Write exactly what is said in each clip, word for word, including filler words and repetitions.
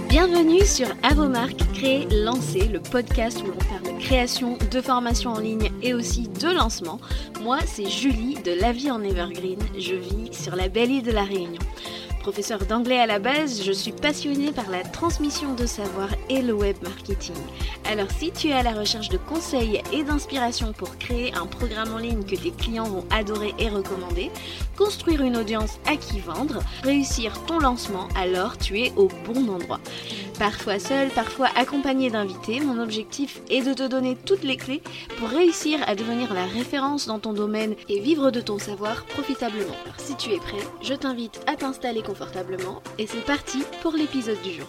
Bienvenue sur À vos marques, créer, lancer, le podcast où l'on parle de création, de formation en ligne et aussi de lancement. Moi, c'est Julie de La Vie en Evergreen. Je vis sur la belle île de la Réunion. Professeure d'anglais à la base, je suis passionnée par la transmission de savoir et le web marketing. Alors si tu es à la recherche de conseils et d'inspiration pour créer un programme en ligne que tes clients vont adorer et recommander, construire une audience à qui vendre, réussir ton lancement, alors tu es au bon endroit. Parfois seul, parfois accompagné d'invités, mon objectif est de te donner toutes les clés pour réussir à devenir la référence dans ton domaine et vivre de ton savoir profitablement. Alors si tu es prêt, je t'invite à t'installer confortablement et c'est parti pour l'épisode du jour.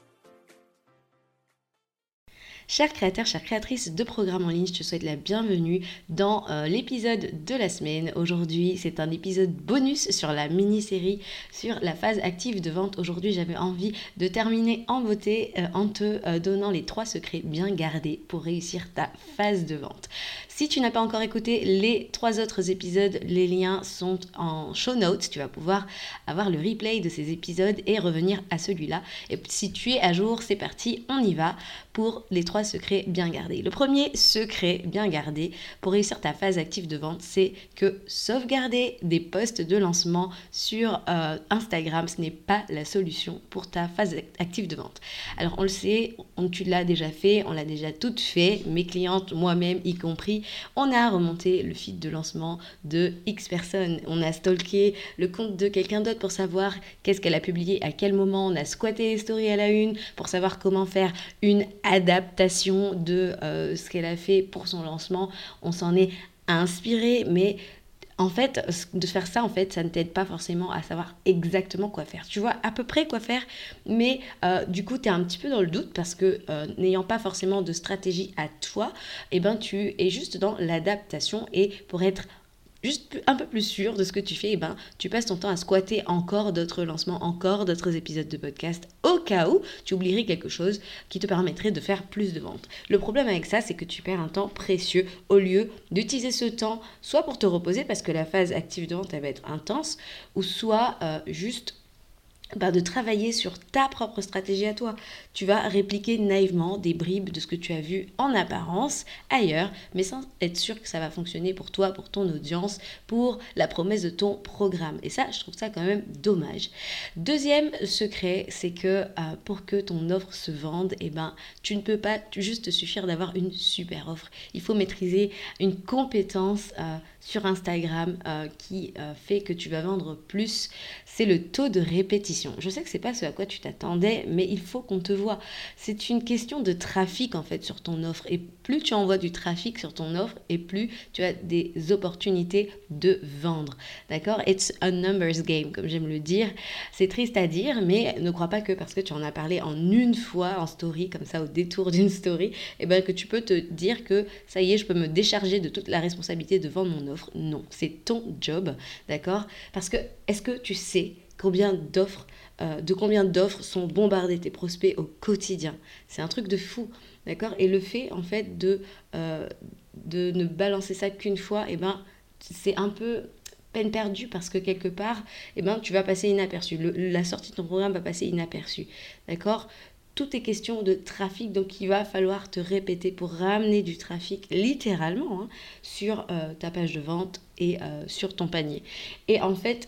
Chers créateurs, chères créatrices de programmes en ligne, je te souhaite la bienvenue dans euh, l'épisode de la semaine. Aujourd'hui, c'est un épisode bonus sur la mini-série sur la phase active de vente. Aujourd'hui, j'avais envie de terminer en beauté euh, en te euh, donnant les trois secrets bien gardés pour réussir ta phase de vente. Si tu n'as pas encore écouté les trois autres épisodes, les liens sont en show notes. Tu vas pouvoir avoir le replay de ces épisodes et revenir à celui-là. Et si tu es à jour, c'est parti, on y va pour les trois secrets bien gardés. Le premier secret bien gardé pour réussir ta phase active de vente, c'est que sauvegarder des posts de lancement sur euh, Instagram, ce n'est pas la solution pour ta phase active de vente. Alors on le sait, on, tu l'as déjà fait, on l'a déjà toutes fait, mes clientes, moi-même y compris, on a remonté le feed de lancement de X personnes, on a stalké le compte de quelqu'un d'autre pour savoir qu'est-ce qu'elle a publié, à quel moment, on a squatté les stories à la une pour savoir comment faire une adaptation de euh, ce qu'elle a fait pour son lancement. On s'en est inspiré, mais en fait, de faire ça, en fait, ça ne t'aide pas forcément à savoir exactement quoi faire. Tu vois à peu près quoi faire, mais euh, du coup, tu es un petit peu dans le doute parce que euh, n'ayant pas forcément de stratégie à toi, eh ben, tu es juste dans l'adaptation et pour être juste un peu plus sûr de ce que tu fais, eh ben, tu passes ton temps à squatter encore d'autres lancements, encore d'autres épisodes de podcast, au cas où tu oublierais quelque chose qui te permettrait de faire plus de ventes. Le problème avec ça, c'est que tu perds un temps précieux au lieu d'utiliser ce temps soit pour te reposer parce que la phase active de vente, elle va être intense, ou soit euh, juste bah, de travailler sur ta propre stratégie à toi. Tu vas répliquer naïvement des bribes de ce que tu as vu en apparence ailleurs, mais sans être sûr que ça va fonctionner pour toi, pour ton audience, pour la promesse de ton programme. Et ça, je trouve ça quand même dommage. Deuxième secret, c'est que euh, pour que ton offre se vende, eh ben, tu ne peux pas juste te suffire d'avoir une super offre. Il faut maîtriser une compétence euh, sur Instagram euh, qui euh, fait que tu vas vendre plus. C'est le taux de répétition. Je sais que c'est pas ce à quoi tu t'attendais, mais il faut qu'on te voit. C'est une question de trafic en fait sur ton offre. Et plus tu envoies du trafic sur ton offre, et plus tu as des opportunités de vendre. D'accord? It's a numbers game, comme j'aime le dire. C'est triste à dire, mais ne crois pas que parce que tu en as parlé en une fois en story, comme ça au détour d'une story, et ben que tu peux te dire que ça y est, je peux me décharger de toute la responsabilité de vendre mon offre. Non, c'est ton job, d'accord? Parce que est-ce que tu sais combien d'offres, euh, de combien d'offres sont bombardés tes prospects au quotidien? C'est un truc de fou, d'accord? Et le fait, en fait, de, euh, de ne balancer ça qu'une fois, eh ben, c'est un peu peine perdue parce que quelque part, eh ben, tu vas passer inaperçu. Le, la sortie de ton programme va passer inaperçue, d'accord? Tout est question de trafic, donc il va falloir te répéter pour ramener du trafic, littéralement, hein, sur euh, ta page de vente et euh, sur ton panier. Et en fait,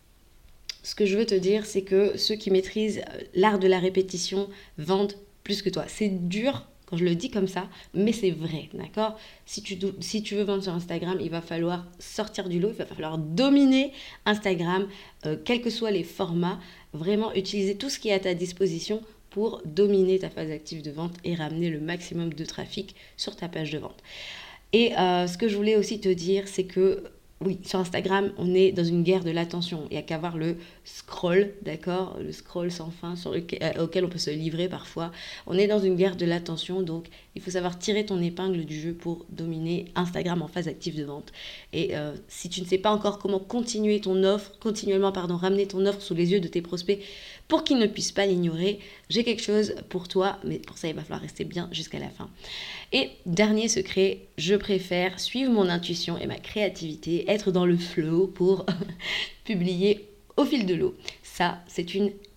ce que je veux te dire, c'est que ceux qui maîtrisent l'art de la répétition vendent plus que toi. C'est dur quand je le dis comme ça, mais c'est vrai, d'accord? Si tu, si tu veux vendre sur Instagram, il va falloir sortir du lot, il va falloir dominer Instagram, euh, quels que soient les formats, vraiment utiliser tout ce qui est à ta disposition pour dominer ta phase active de vente et ramener le maximum de trafic sur ta page de vente. Et euh, ce que je voulais aussi te dire, c'est que oui, sur Instagram, on est dans une guerre de l'attention. Il n'y a qu'à voir le scroll, d'accord? Le scroll sans fin sur lequel, euh, auquel on peut se livrer parfois. On est dans une guerre de l'attention, donc il faut savoir tirer ton épingle du jeu pour dominer Instagram en phase active de vente. Et euh, si tu ne sais pas encore comment continuer ton offre, continuellement, pardon, ramener ton offre sous les yeux de tes prospects pour qu'ils ne puissent pas l'ignorer, j'ai quelque chose pour toi, mais pour ça, il va falloir rester bien jusqu'à la fin. Et dernier secret, je préfère suivre mon intuition et ma créativité, être dans le flow pour publier au fil de l'eau. Ça, c'est une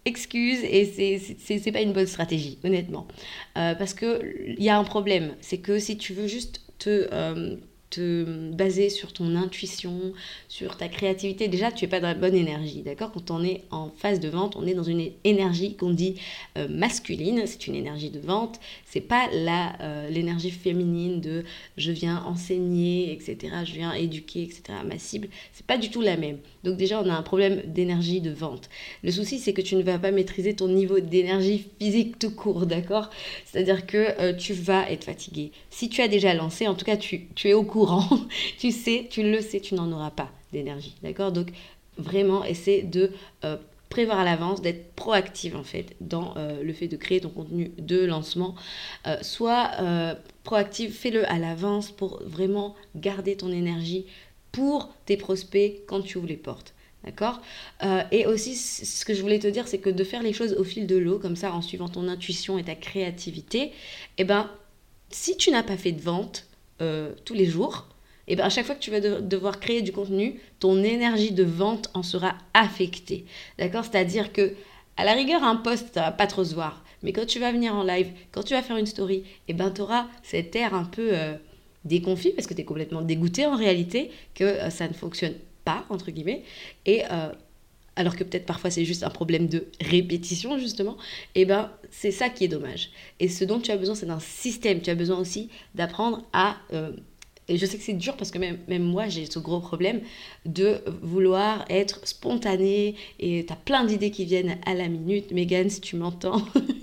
excuse et c'est, c'est, c'est pas une bonne stratégie, honnêtement. Euh, parce qu'il y a un problème, c'est que si tu veux juste te... euh, te baser sur ton intuition, sur ta créativité, déjà tu n'es pas dans la bonne énergie, d'accord? Quand on est en phase de vente, on est dans une énergie qu'on dit euh, masculine, c'est une énergie de vente, c'est pas la, euh, l'énergie féminine de je viens enseigner, et cetera, je viens éduquer, et cetera, ma cible, c'est pas du tout la même. Donc déjà on a un problème d'énergie de vente. Le souci c'est que tu ne vas pas maîtriser ton niveau d'énergie physique tout court, d'accord? C'est-à-dire que euh, tu vas être fatigué. Si tu as déjà lancé, en tout cas tu, tu es au courant, tu sais, tu le sais, tu n'en auras pas d'énergie, d'accord? Donc vraiment, essaie de euh, prévoir à l'avance, d'être proactive en fait dans euh, le fait de créer ton contenu de lancement. Euh, sois euh, proactive, fais-le à l'avance pour vraiment garder ton énergie pour tes prospects quand tu ouvres les portes. D'accord? euh, Et aussi, ce que je voulais te dire, c'est que de faire les choses au fil de l'eau, comme ça, en suivant ton intuition et ta créativité, eh ben, si tu n'as pas fait de vente euh, tous les jours, et bien à chaque fois que tu vas de- devoir créer du contenu, ton énergie de vente en sera affectée. D'accord? C'est-à-dire que, à la rigueur, un post, ça va pas trop se voir. Mais quand tu vas venir en live, quand tu vas faire une story, et ben tu auras cet air un peu euh, déconfit, parce que tu es complètement dégoûté en réalité, que euh, ça ne fonctionne pas, entre guillemets. Et euh, alors que peut-être parfois c'est juste un problème de répétition justement, et ben c'est ça qui est dommage. Et ce dont tu as besoin, c'est d'un système. Tu as besoin aussi d'apprendre à... euh, et je sais que c'est dur parce que même, même moi j'ai ce gros problème de vouloir être spontanée et tu as plein d'idées qui viennent à la minute. Megan, si tu m'entends.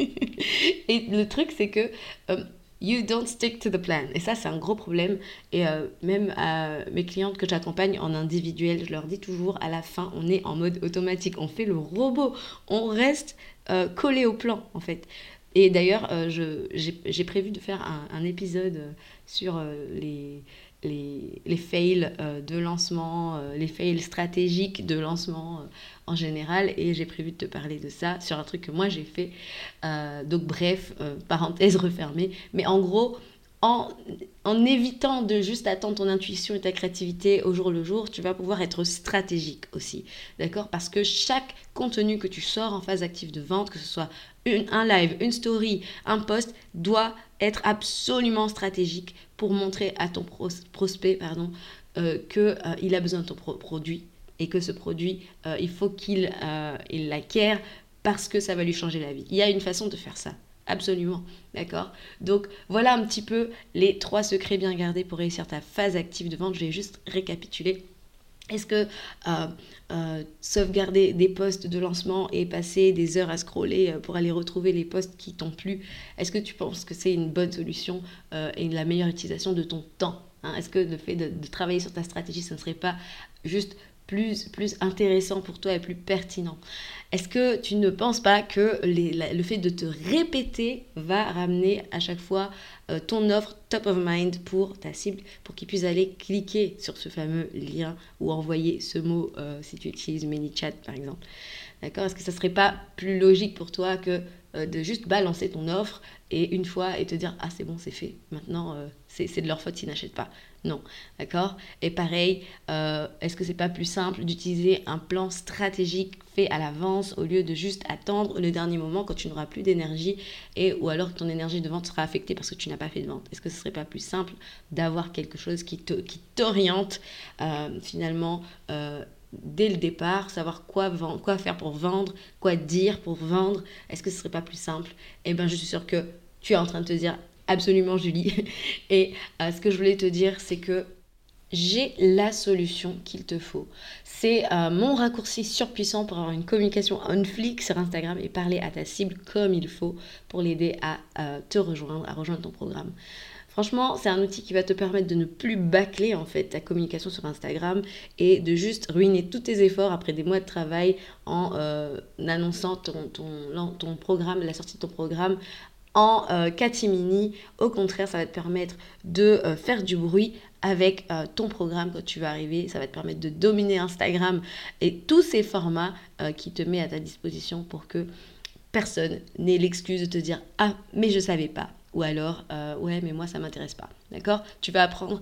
Et le truc c'est que euh, you don't stick to the plan. Et ça c'est un gros problème. Et euh, même à mes clientes que j'accompagne en individuel, je leur dis toujours à la fin, on est en mode automatique. On fait le robot. On reste euh, collé au plan en fait. Et d'ailleurs, euh, je, j'ai, j'ai prévu de faire un, un épisode euh, sur euh, les, les, les fails euh, de lancement, euh, les fails stratégiques de lancement euh, en général. Et j'ai prévu de te parler de ça sur un truc que moi j'ai fait. Euh, donc bref, euh, parenthèse refermée. Mais en gros, en, en évitant de juste attendre ton intuition et ta créativité au jour le jour, tu vas pouvoir être stratégique aussi. D'accord? Parce que chaque contenu que tu sors en phase active de vente, que ce soit une, un live, une story, un post, doit être absolument stratégique pour montrer à ton pros, prospect pardon, euh, qu'il euh, a besoin de ton pro- produit et que ce produit, euh, il faut qu'il euh, il l'acquiert parce que ça va lui changer la vie. Il y a une façon de faire ça. Absolument, d'accord? Donc voilà un petit peu les trois secrets bien gardés pour réussir ta phase active de vente. Je vais juste récapituler. Est-ce que euh, euh, sauvegarder des posts de lancement et passer des heures à scroller pour aller retrouver les posts qui t'ont plu, est-ce que tu penses que c'est une bonne solution euh, et la meilleure utilisation de ton temps, hein? Est-ce que le fait de, de travailler sur ta stratégie, ce ne serait pas juste plus, plus intéressant pour toi et plus pertinent? Est-ce que tu ne penses pas que les, la, le fait de te répéter va ramener à chaque fois euh, ton offre top of mind pour ta cible, pour qu'ils puissent aller cliquer sur ce fameux lien ou envoyer ce mot euh, si tu utilises ManyChat par exemple? D'accord? Est-ce que ça ne serait pas plus logique pour toi que euh, de juste balancer ton offre et une fois et te dire ah c'est bon c'est fait, maintenant euh, c'est, c'est de leur faute s'ils n'achètent pas? Non, d'accord? Et pareil, euh, est-ce que c'est pas plus simple d'utiliser un plan stratégique fait à l'avance au lieu de juste attendre le dernier moment quand tu n'auras plus d'énergie et ou alors que ton énergie de vente sera affectée parce que tu n'as pas fait de vente? Est-ce que ce serait pas plus simple d'avoir quelque chose qui, te, qui t'oriente euh, finalement euh, dès le départ, savoir quoi, vendre, quoi faire pour vendre, quoi dire pour vendre? Est-ce que ce serait pas plus simple? Eh bien, je suis sûre que tu es en train de te dire absolument, Julie. Et euh, ce que je voulais te dire, c'est que j'ai la solution qu'il te faut. C'est euh, mon raccourci surpuissant pour avoir une communication on flic sur Instagram et parler à ta cible comme il faut pour l'aider à euh, te rejoindre, à rejoindre ton programme. Franchement, c'est un outil qui va te permettre de ne plus bâcler en fait ta communication sur Instagram et de juste ruiner tous tes efforts après des mois de travail en euh, annonçant ton, ton, ton programme, la sortie de ton programme en euh, catimini. Au contraire, ça va te permettre de euh, faire du bruit avec euh, ton programme quand tu vas arriver. Ça va te permettre de dominer Instagram et tous ces formats euh, qui te met à ta disposition pour que personne n'ait l'excuse de te dire « Ah, mais je savais pas ». Ou alors euh, « Ouais, mais moi, ça m'intéresse pas ». D'accord? Tu vas apprendre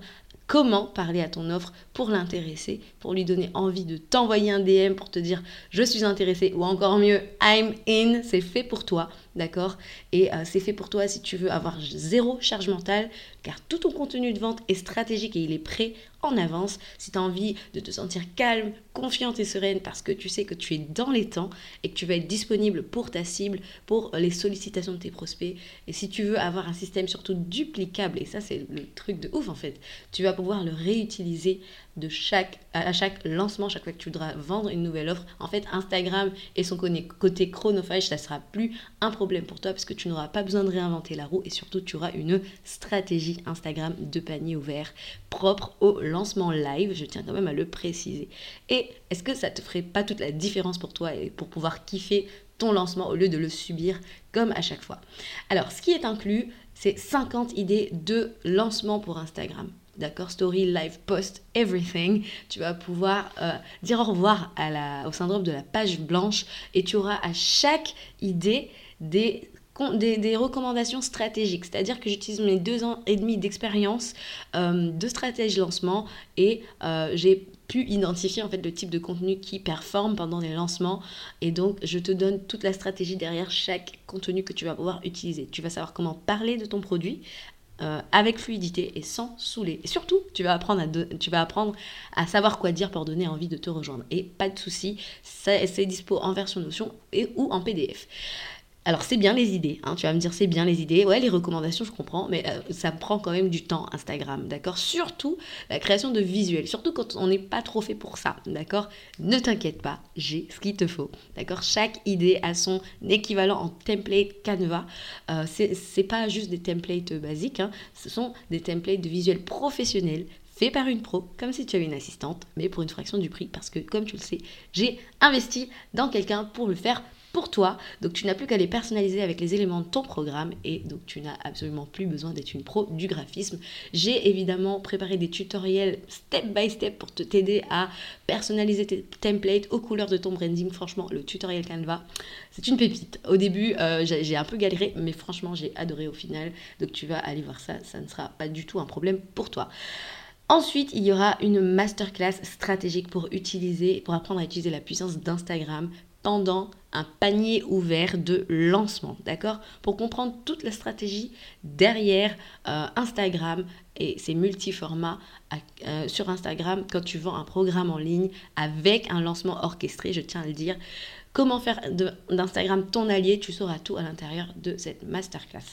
comment parler à ton offre pour l'intéresser, pour lui donner envie de t'envoyer un D M pour te dire je suis intéressé ou encore mieux I'm in, c'est fait pour toi, d'accord? Et euh, c'est fait pour toi si tu veux avoir zéro charge mentale car tout ton contenu de vente est stratégique et il est prêt en avance. Si tu as envie de te sentir calme, confiante et sereine parce que tu sais que tu es dans les temps et que tu vas être disponible pour ta cible, pour les sollicitations de tes prospects. Et si tu veux avoir un système surtout duplicable, et ça c'est le truc de ouf en fait, tu vas pouvoir le réutiliser de chaque, à chaque lancement, chaque fois que tu voudras vendre une nouvelle offre. En fait, Instagram et son côté chronophage, ça ne sera plus un problème pour toi parce que tu n'auras pas besoin de réinventer la roue et surtout tu auras une stratégie Instagram de panier ouvert propre au lancement live, je tiens quand même à le préciser. Et est-ce que ça te ferait pas toute la différence pour toi et pour pouvoir kiffer ton lancement au lieu de le subir comme à chaque fois? Alors, ce qui est inclus, c'est cinquante idées de lancement pour Instagram. D'accord, story, live, post, everything. Tu vas pouvoir euh, dire au revoir à la, au syndrome de la page blanche et tu auras à chaque idée des Des, des recommandations stratégiques, c'est-à-dire que j'utilise mes deux ans et demi d'expérience euh, de stratégie lancement et euh, j'ai pu identifier en fait le type de contenu qui performe pendant les lancements et donc je te donne toute la stratégie derrière chaque contenu que tu vas pouvoir utiliser. Tu vas savoir comment parler de ton produit euh, avec fluidité et sans saouler. Et surtout, tu vas apprendre à, de, tu vas apprendre à savoir quoi dire pour donner envie de te rejoindre. Et pas de souci, ça, c'est dispo en version Notion et, ou en P D F. Alors c'est bien les idées, hein, tu vas me dire c'est bien les idées, ouais les recommandations je comprends, mais euh, ça prend quand même du temps Instagram, d'accord? Surtout la création de visuels, surtout quand on n'est pas trop fait pour ça, d'accord? Ne t'inquiète pas, j'ai ce qu'il te faut, d'accord? Chaque idée a son équivalent en template Canva, euh, c'est, c'est pas juste des templates basiques, hein, ce sont des templates de visuels professionnels, fait par une pro, comme si tu avais une assistante, mais pour une fraction du prix, parce que comme tu le sais, j'ai investi dans quelqu'un pour le faire pour toi, donc tu n'as plus qu'à les personnaliser avec les éléments de ton programme et donc tu n'as absolument plus besoin d'être une pro du graphisme. J'ai évidemment préparé des tutoriels step by step pour te t'aider à personnaliser tes templates aux couleurs de ton branding. Franchement, le tutoriel Canva, c'est une pépite. Au début, euh, j'ai, j'ai un peu galéré, mais franchement, j'ai adoré au final. Donc tu vas aller voir ça, ça ne sera pas du tout un problème pour toi. Ensuite, il y aura une masterclass stratégique pour utiliser, pour apprendre à utiliser la puissance d'Instagram pendant un panier ouvert de lancement, d'accord? Pour comprendre toute la stratégie derrière euh, Instagram et ses multiformats euh, sur Instagram quand tu vends un programme en ligne avec un lancement orchestré, je tiens à le dire. Comment faire de, d'Instagram ton allié, tu sauras tout à l'intérieur de cette masterclass.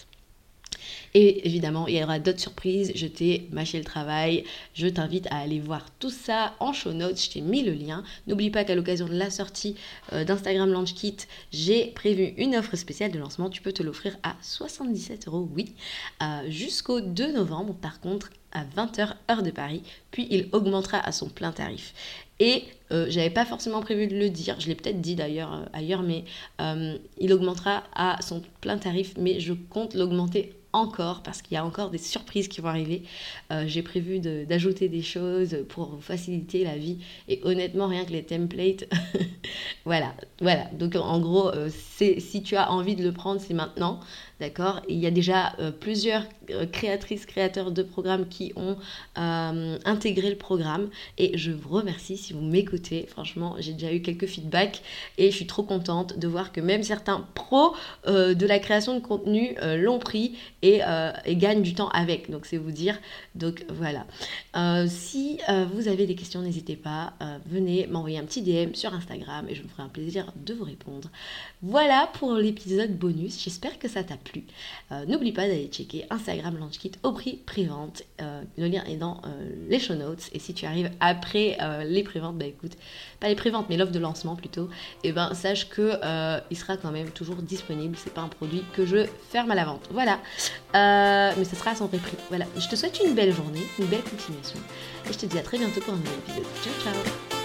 Et évidemment, il y aura d'autres surprises. Je t'ai mâché le travail. Je t'invite à aller voir tout ça en show notes. Je t'ai mis le lien. N'oublie pas qu'à l'occasion de la sortie euh, d'Instagram Launch Kit, j'ai prévu une offre spéciale de lancement. Tu peux te l'offrir à soixante-dix-sept euros, oui, euh, jusqu'au deux novembre. Par contre, à vingt heures, heure de Paris. Puis il augmentera à son plein tarif. Et euh, j'avais pas forcément prévu de le dire, je l'ai peut-être dit d'ailleurs euh, ailleurs, mais euh, il augmentera à son plein tarif, mais je compte l'augmenter encore parce qu'il y a encore des surprises qui vont arriver. Euh, j'ai prévu de, d'ajouter des choses pour vous faciliter la vie et honnêtement rien que les templates, voilà, voilà. Donc en gros, euh, c'est, si tu as envie de le prendre, c'est maintenant, d'accord? Il y a déjà euh, plusieurs euh, créatrices, créateurs de programmes qui ont euh, intégré le programme et je vous remercie si vous m'écoutez. Franchement, j'ai déjà eu quelques feedbacks et je suis trop contente de voir que même certains pros euh, de la création de contenu euh, l'ont pris et, euh, et gagnent du temps avec. Donc c'est vous dire. Donc voilà. Euh, si euh, vous avez des questions, n'hésitez pas. Euh, venez m'envoyer un petit D M sur Instagram et je me ferai un plaisir de vous répondre. Voilà pour l'épisode bonus. J'espère que ça t'a plu. Euh, n'oublie pas d'aller checker Instagram Launch Kit au prix pré-vente. Euh, le lien est dans euh, les show notes. Et si tu arrives après euh, les pré-ventes, bah écoute, pas les pré-ventes, mais l'offre de lancement plutôt, et ben sache que euh, il sera quand même toujours disponible. C'est pas un produit que je ferme à la vente. Voilà. Euh, mais ce sera à son vrai prix. Voilà. Je te souhaite une belle journée, une belle continuation. Et je te dis à très bientôt pour un nouvel épisode. Ciao, ciao.